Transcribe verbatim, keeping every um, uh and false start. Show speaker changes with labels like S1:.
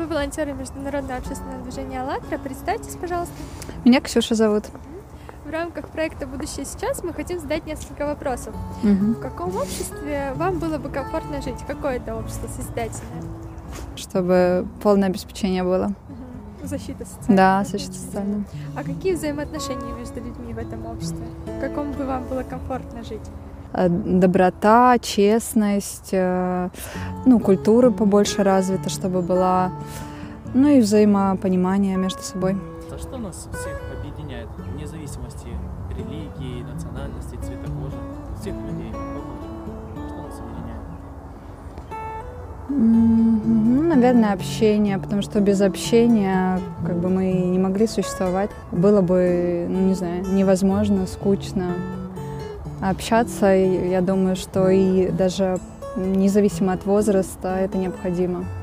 S1: волонтеры Международного общественного движения «АЛЛАТРА». Представьтесь, пожалуйста.
S2: Меня Ксюша зовут.
S1: В рамках проекта «Будущее сейчас» мы хотим задать несколько вопросов.
S2: Угу.
S1: В каком обществе вам было бы комфортно жить? Какое это общество созидательное?
S2: Чтобы полное обеспечение было.
S1: Угу. Защита социальная.
S2: Да, защита социальная.
S1: А какие взаимоотношения между людьми в этом обществе? В каком бы вам было комфортно жить?
S2: Доброта, честность, ну, культура побольше развита, чтобы была, ну и взаимопонимание между собой.
S3: А что нас всех объединяет, вне зависимости религии, национальности, цвета кожи, всех людей, что нас объединяет?
S2: Ну, наверное, общение, потому что без общения как бы мы не могли существовать. Было бы, ну, не знаю, невозможно, скучно. Общаться, я думаю, что и даже независимо от возраста это необходимо.